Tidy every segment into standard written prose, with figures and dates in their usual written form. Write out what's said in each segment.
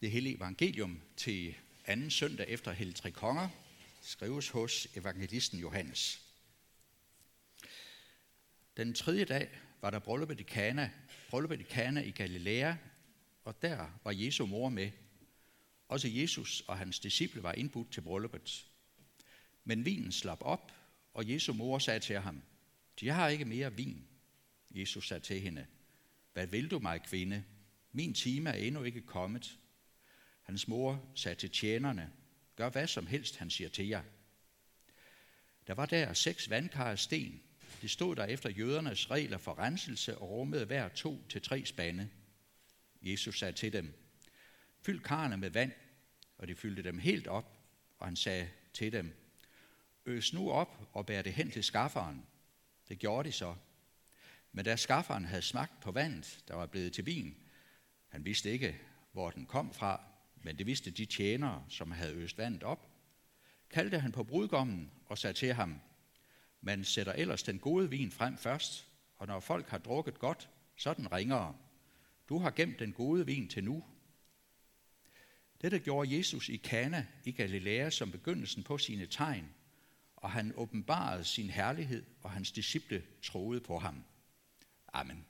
Det hellige evangelium til anden søndag efter Helligtrekonger skrives hos evangelisten Johannes. Den tredje dag var der brylluppet i Kana i Galilea, og der var Jesu mor med. Også Jesus og hans disciple var indbudt til brylluppet. Men vinen slap op, og Jesu mor sagde til ham, de har ikke mere vin. Jesus sagde til hende, hvad vil du mig, kvinde? Min time er endnu ikke kommet. Hans mor sagde til tjenerne, gør hvad som helst, han siger til jer. Der var der 6 vandkar af sten. De stod der efter jødernes regler for renselse og rummede hver 2 til 3 spande. Jesus sagde til dem, fyld karrene med vand, og de fyldte dem helt op, og han sagde til dem, øs nu op og bær det hen til skafferen. Det gjorde de så. Men da skafferen havde smagt på vandet, der var blevet til vin, han vidste ikke, hvor den kom fra, men det vidste de tjenere, som havde øst vandet op, kaldte han på brudgommen og sagde til ham, man sætter ellers den gode vin frem først, og når folk har drukket godt, så er den ringere. Du har gemt den gode vin til nu. Dette gjorde Jesus i Kana i Galilea som begyndelsen på sine tegn, og han åbenbarede sin herlighed, og hans disciple troede på ham. Amen.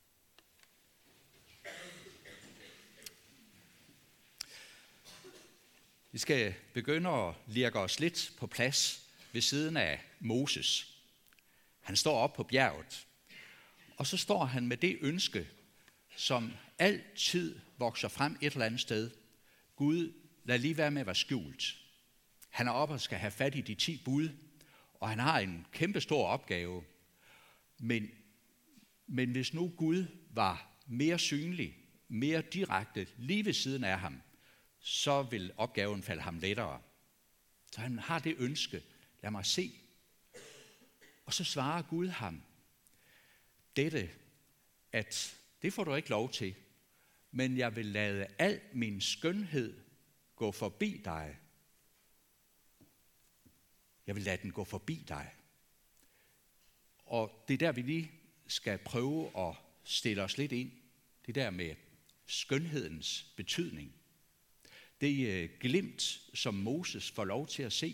Vi skal begynde at lirke os lidt på plads ved siden af Moses. Han står op på bjerget, og så står han med det ønske, som altid vokser frem et eller andet sted. Gud, lad lige være med at være skjult. Han er oppe og skal have fat i de 10 bud, og han har en kæmpe stor opgave. Men hvis nu Gud var mere synlig, mere direkte lige ved siden af ham, så vil opgaven falde ham lettere. Så han har det ønske, lad mig se. Og så svarer Gud ham dette, at det får du ikke lov til, men jeg vil lade al min skønhed gå forbi dig. Jeg vil lade den gå forbi dig. Og det er der, vi lige skal prøve at stille os lidt ind. Det der med skønhedens betydning. Det glimt, som Moses får lov til at se.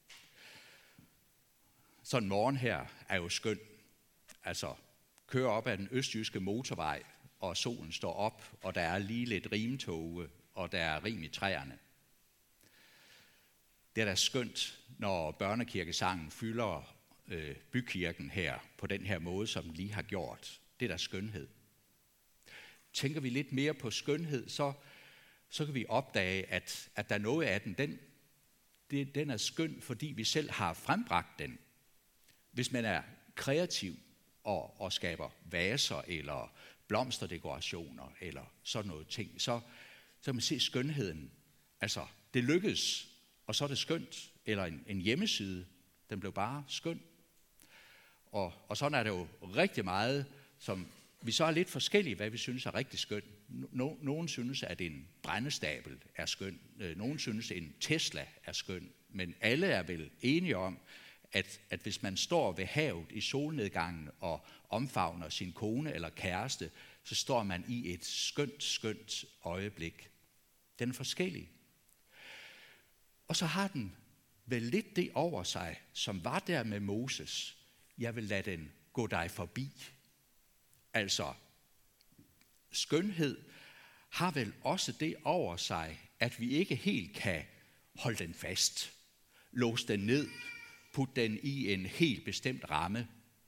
Sådan en morgen her er jo skøn. Altså, køre op ad den østjyske motorvej, og solen står op, og der er lige lidt rimtåge, og der er rim i træerne. Det er da skønt, når børnekirkesangen fylder bykirken her på den her måde, som den lige har gjort. Det er da skønhed. Tænker vi lidt mere på skønhed, så kan vi opdage, at der er noget af den er skøn, fordi vi selv har frembragt den. Hvis man er kreativ og skaber vaser eller blomsterdekorationer eller sådan noget ting, så kan man se skønheden. Altså, det lykkes, og så er det skønt. Eller en hjemmeside, den blev bare skøn. Og sådan er det jo rigtig meget, som vi så er lidt forskellige, hvad vi synes er rigtig skønt. Nogen synes, at en brændestabel er skøn. Nogen synes, at en Tesla er skøn. Men alle er vel enige om, at hvis man står ved havet i solnedgangen og omfavner sin kone eller kæreste, så står man i et skønt øjeblik. Den er forskellig. Og så har den vel lidt det over sig, som var der med Moses. Jeg vil lade den gå dig forbi. Altså, skønhed har vel også det over sig, at vi ikke helt kan holde den fast, låse den ned, putte den i en helt bestemt ramme.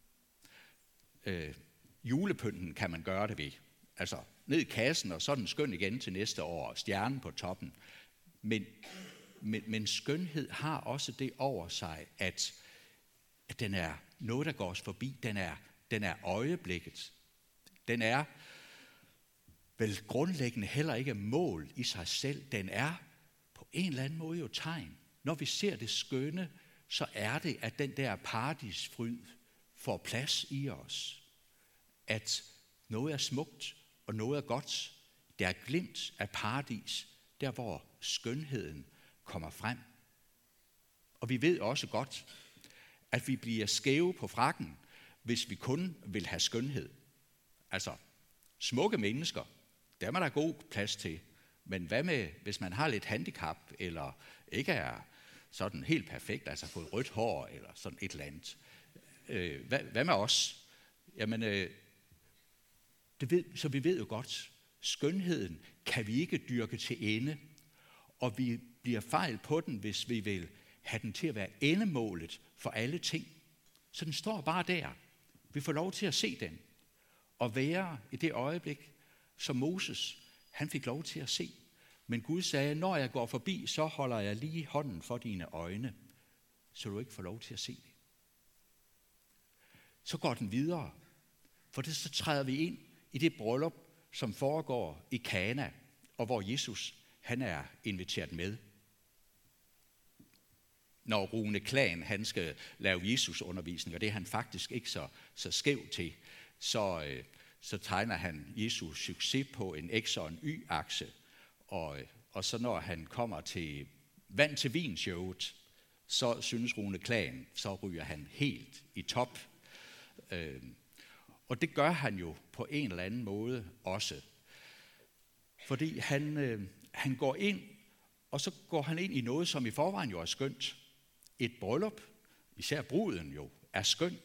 Julepynten kan man gøre det ved. Altså, ned i kassen, og så er den skøn igen til næste år, stjernen på toppen. Men skønhed har også det over sig, at den er noget, der går os forbi. Den er øjeblikket. Den er vel grundlæggende heller ikke mål i sig selv. Den er på en eller anden måde jo tegn. Når vi ser det skønne, så er det, at den der paradisfryd får plads i os. At noget er smukt, og noget er godt. Der er glimt af paradis, der hvor skønheden kommer frem. Og vi ved også godt, at vi bliver skæve på frakken, hvis vi kun vil have skønhed. Altså, smukke mennesker, dem er der god plads til. Men hvad med, hvis man har lidt handicap, eller ikke er sådan helt perfekt, altså fået rødt hår, eller sådan et eller andet? Hvad med os? Jamen, så vi ved jo godt, skønheden kan vi ikke dyrke til ende, og vi bliver fejl på den, hvis vi vil have den til at være endemålet for alle ting. Så den står bare der. Vi får lov til at se den, og være i det øjeblik, som Moses, han fik lov til at se. Men Gud sagde, når jeg går forbi, så holder jeg lige hånden for dine øjne, så du ikke får lov til at se det. Så går den videre, for det så træder vi ind i det bryllup, som foregår i Kana, og hvor Jesus, han er inviteret med. Når Rune Klan, han skal lave Jesus undervisning, og det er han faktisk ikke så skæv til, så tegner han Jesus succes på en X og en Y-akse. Og så når han kommer til vand til vin-showet, så synes Rune Klan, så ryger han helt i top. Og det gør han jo på en eller anden måde også. Fordi han går ind, og så går han ind i noget, som i forvejen jo er skønt. Et bryllup, især bruden jo, er skøn.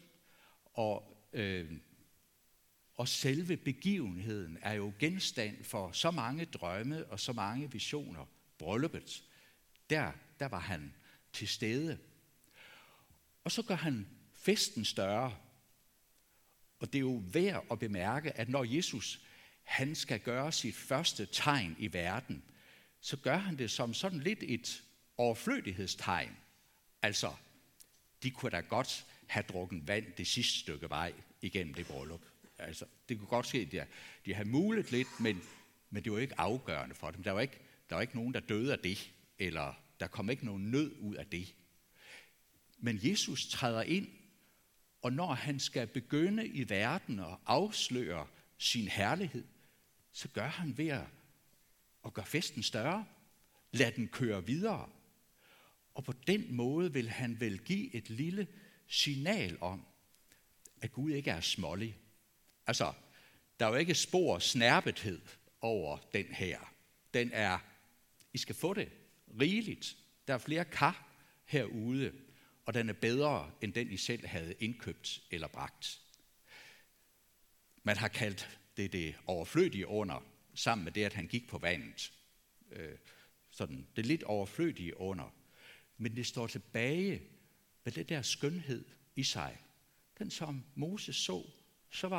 Og selve begivenheden er jo genstand for så mange drømme og så mange visioner. Brylluppet, der var han til stede. Og så gør han festen større. Og det er jo værd at bemærke, at når Jesus han skal gøre sit første tegn i verden, så gør han det som sådan lidt et overflødighedstegn. Altså, de kunne da godt have drukket vand det sidste stykke vej igennem det bryllup. Altså, det kunne godt ske, at de havde muligt lidt, men det var ikke afgørende for dem. Der var ikke nogen, der døde af det, eller der kom ikke nogen nød ud af det. Men Jesus træder ind, og når han skal begynde i verden og afsløre sin herlighed, så gør han ved at gøre festen større. Lad den køre videre. Og på den måde vil han vel give et lille signal om, at Gud ikke er smålig. Altså, der er jo ikke spor snærpethed over den her. Den er, I skal få det rigeligt. Der er flere kar herude, og den er bedre, end den I selv havde indkøbt eller bragt. Man har kaldt det overflødige under, sammen med det, at han gik på vandet. Sådan, det lidt overflødige under. Men det står tilbage med det der skønhed i sig. Den som Moses så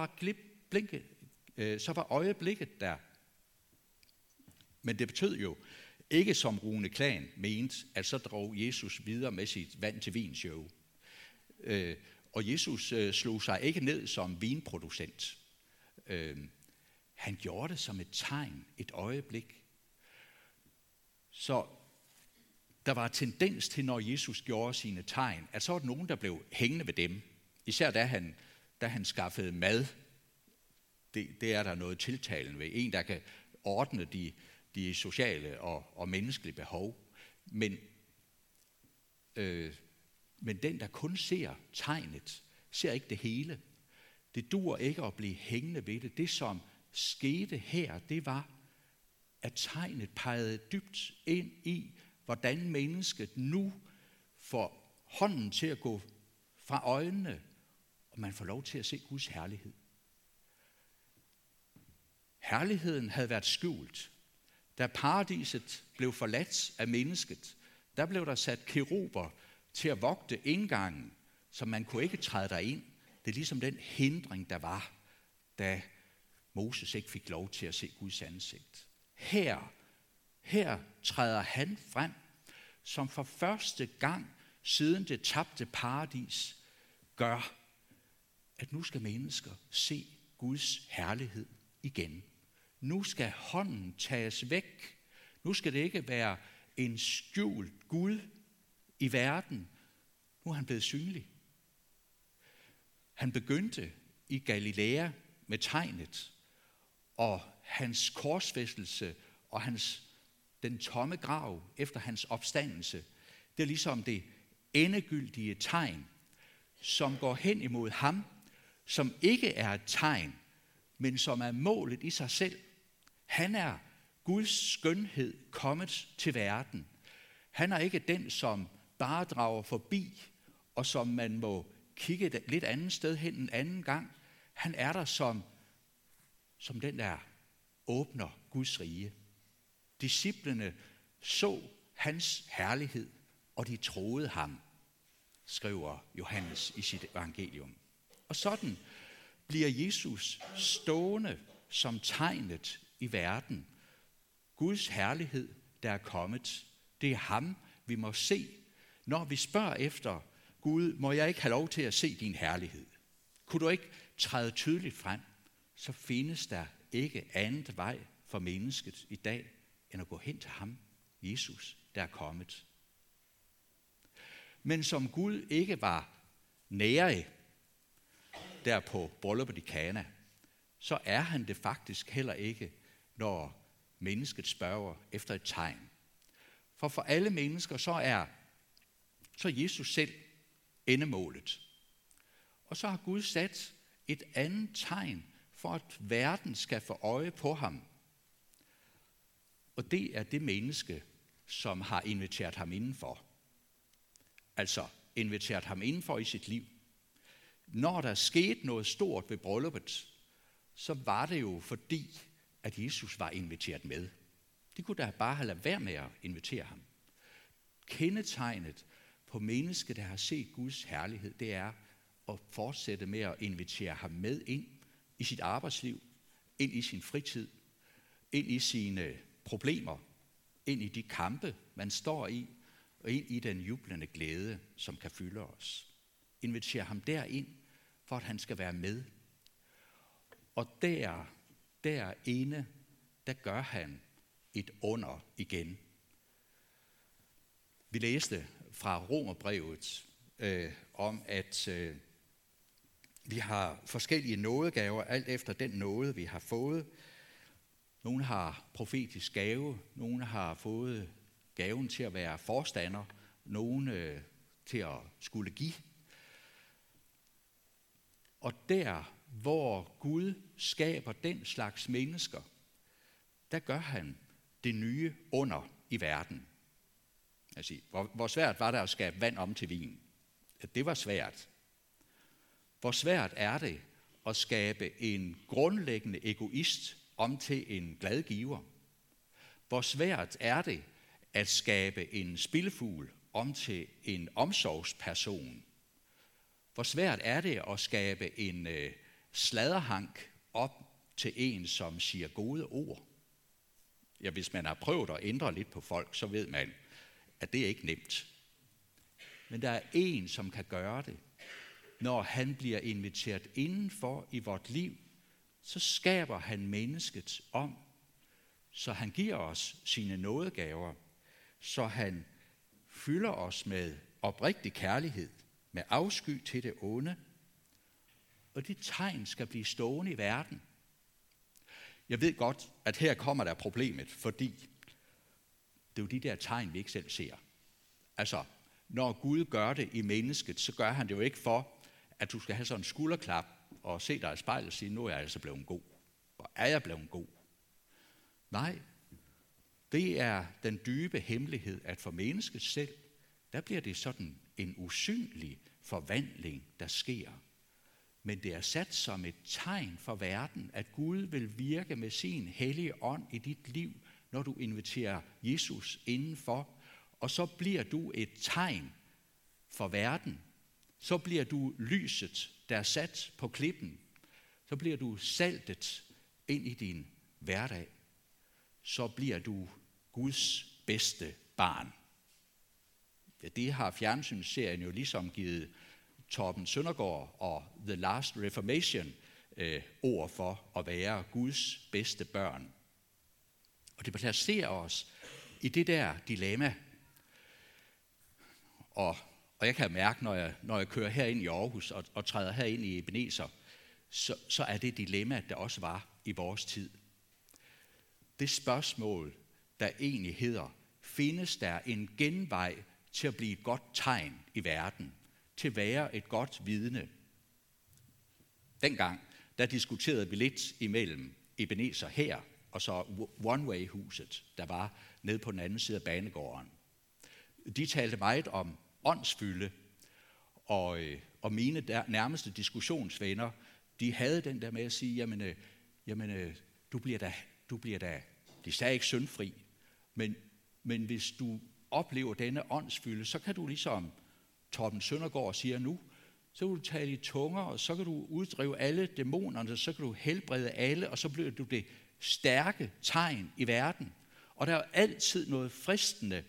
var øjeblikket der. Men det betød jo ikke, som Rune Klan mente, at så drog Jesus videre med sit vand til vin-show. Og Jesus slog sig ikke ned som vinproducent. Han gjorde det som et tegn, et øjeblik. Så der var tendens til, når Jesus gjorde sine tegn, at så var der nogen, der blev hængende ved dem. Især da han skaffede mad. Det er der noget tiltalende ved. En, der kan ordne de sociale og menneskelige behov. Men den, der kun ser tegnet, ser ikke det hele. Det dur ikke at blive hængende ved det. Det, som skete her, det var, at tegnet pegede dybt ind i, hvordan mennesket nu får hånden til at gå fra øjnene, og man får lov til at se Guds herlighed. Herligheden havde været skjult. Da paradiset blev forladt af mennesket, der blev der sat keruber til at vogte indgangen, så man kunne ikke træde derind. Det er ligesom den hindring, der var, da Moses ikke fik lov til at se Guds ansigt. Her træder han frem, som for første gang siden det tabte paradis gør, at nu skal mennesker se Guds herlighed igen. Nu skal hånden tages væk. Nu skal det ikke være en skjult Gud i verden. Nu er han blevet synlig. Han begyndte i Galilea med tegnet, og hans korsfæstelse og den tomme grav efter hans opstandelse, det er ligesom det endegyldige tegn, som går hen imod ham, som ikke er et tegn, men som er målet i sig selv. Han er Guds skønhed kommet til verden. Han er ikke den, som bare drager forbi, og som man må kigge et lidt andet sted hen en anden gang. Han er der som den, der åbner Guds rige. Disciplene så hans herlighed, og de troede ham, skriver Johannes i sit evangelium. Og sådan bliver Jesus stående som tegnet i verden. Guds herlighed, der er kommet, det er ham, vi må se. Når vi spørger efter, Gud, må jeg ikke have lov til at se din herlighed? Kunne du ikke træde tydeligt frem? Så findes der ikke andet vej for mennesket i dag, end at gå hen til ham, Jesus, der er kommet. Men som Gud ikke var nære der på brylluppet i Kana, så er han det faktisk heller ikke, når mennesket spørger efter et tegn. For alle mennesker, så er Jesus selv endemålet. Og så har Gud sat et andet tegn, for at verden skal få øje på ham. Og det er det menneske, som har inviteret ham indenfor. Altså inviteret ham indenfor i sit liv. Når der skete noget stort ved brylluppet, så var det jo fordi, at Jesus var inviteret med. De kunne da bare have ladet være med at invitere ham. Kendetegnet på mennesket, der har set Guds herlighed, det er at fortsætte med at invitere ham med ind i sit arbejdsliv, ind i sin fritid, ind i sine problemer, ind i de kampe, man står i, og ind i den jublende glæde, som kan fylde os. Invitere ham derind, for at han skal være med. Og derinde, der gør han et under igen. Vi læste fra Romerbrevet om, at vi har forskellige nådegaver, alt efter den nåde, vi har fået. Nogle har profetisk gave, nogle har fået gaven til at være forstander, nogle til at skulle give. Og der, hvor Gud skaber den slags mennesker, der gør han det nye under i verden. Altså, hvor svært var det at skabe vand om til vin? Det var svært. Hvor svært er det at skabe en grundlæggende egoist om til en glad giver? Hvor svært er det at skabe en spildfugl om til en omsorgsperson? Hvor svært er det at skabe en sladderhank op til en, som siger gode ord? Ja, hvis man har prøvet at ændre lidt på folk, så ved man, at det er ikke nemt. Men der er en, som kan gøre det. Når han bliver inviteret indenfor i vort liv, så skaber han mennesket om, så han giver os sine nådegaver, så han fylder os med oprigtig kærlighed, med afsky til det onde, og det tegn skal blive stående i verden. Jeg ved godt, at her kommer der problemet, fordi det er jo de der tegn, vi ikke selv ser. Altså, når Gud gør det i mennesket, så gør han det jo ikke for, at du skal have sådan en skulderklap og se dig i spejlet og sige, nu er jeg altså blevet god. Hvor er jeg blevet god? Nej, det er den dybe hemmelighed, at for mennesket selv, der bliver det sådan en usynlig forvandling, der sker. Men det er sat som et tegn for verden, at Gud vil virke med sin hellige ånd i dit liv, når du inviterer Jesus indenfor. Og så bliver du et tegn for verden. Så bliver du lyset, der er sat på klippen. Så bliver du saltet ind i din hverdag. Så bliver du Guds bedste barn. Ja, det har fjernsynsserien jo ligesom givet Torben Søndergaard og The Last Reformation ord for at være Guds bedste børn. Og det placerer os i det der dilemma. Og jeg kan mærke, når jeg kører herind i Aarhus og træder herind i Ebenezer, så er det dilemma, der også var i vores tid. Det spørgsmål, der egentlig hedder, findes der en genvej til at blive et godt tegn i verden, til at være et godt vidne? Dengang, der diskuterede vi lidt imellem Ebenezer her og så One-Way-huset, der var nede på den anden side af banegården. De talte meget om åndsfylde, og mine nærmeste diskussionsvenner, de havde den der med at sige, jamen du bliver da, de sagde ikke syndfri, men hvis du oplever denne åndsfylde, så kan du ligesom Torben Søndergaard siger nu, så kan du tale i tunger, og så kan du uddrive alle dæmonerne, så kan du helbrede alle, og så bliver du det stærke tegn i verden. Og der er altid noget fristende,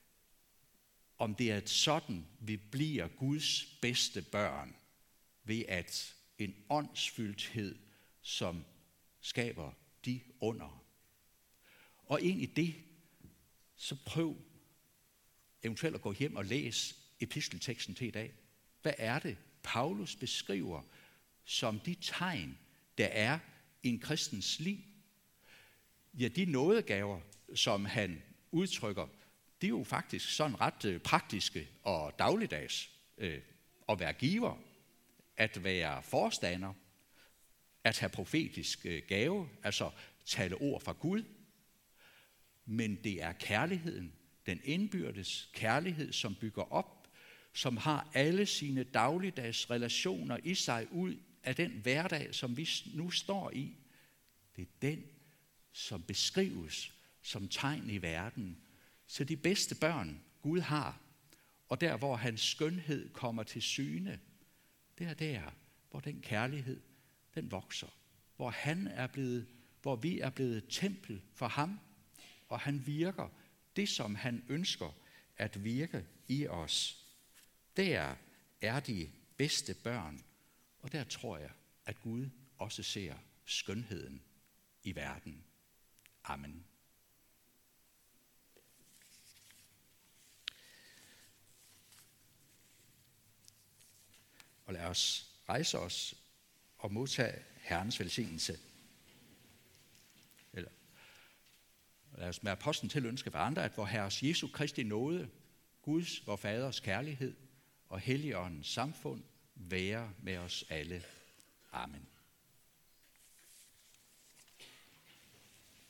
om det er sådan, vi bliver Guds bedste børn, ved at en åndsfyldthed, som skaber de under. Og ind i det, så prøv eventuelt at gå hjem og læse epistelteksten til i dag. Hvad er det, Paulus beskriver som de tegn, der er i en kristens liv? Ja, de nådegaver, som han udtrykker, det er jo faktisk sådan ret praktiske og dagligdags. At være giver, at være forstander, at have profetisk gave, altså tale ord fra Gud. Men det er kærligheden, den indbyrdes kærlighed, som bygger op, som har alle sine dagligdags relationer i sig ud af den hverdag, som vi nu står i. Det er den, som beskrives som tegn i verden. Så de bedste børn, Gud har, og der, hvor hans skønhed kommer til syne, det er der, hvor den kærlighed, den vokser. Hvor vi er blevet et tempel for ham, og han virker det, som han ønsker at virke i os. Der er de bedste børn, og der tror jeg, at Gud også ser skønheden i verden. Amen. Og lad os rejse os og modtage Herrens velsignelse. Eller lad os med apostlen til ønske hverandre, at vor Herres Jesu Kristi nåde, Guds, vor Faders kærlighed og Helligåndens samfund være med os alle. Amen.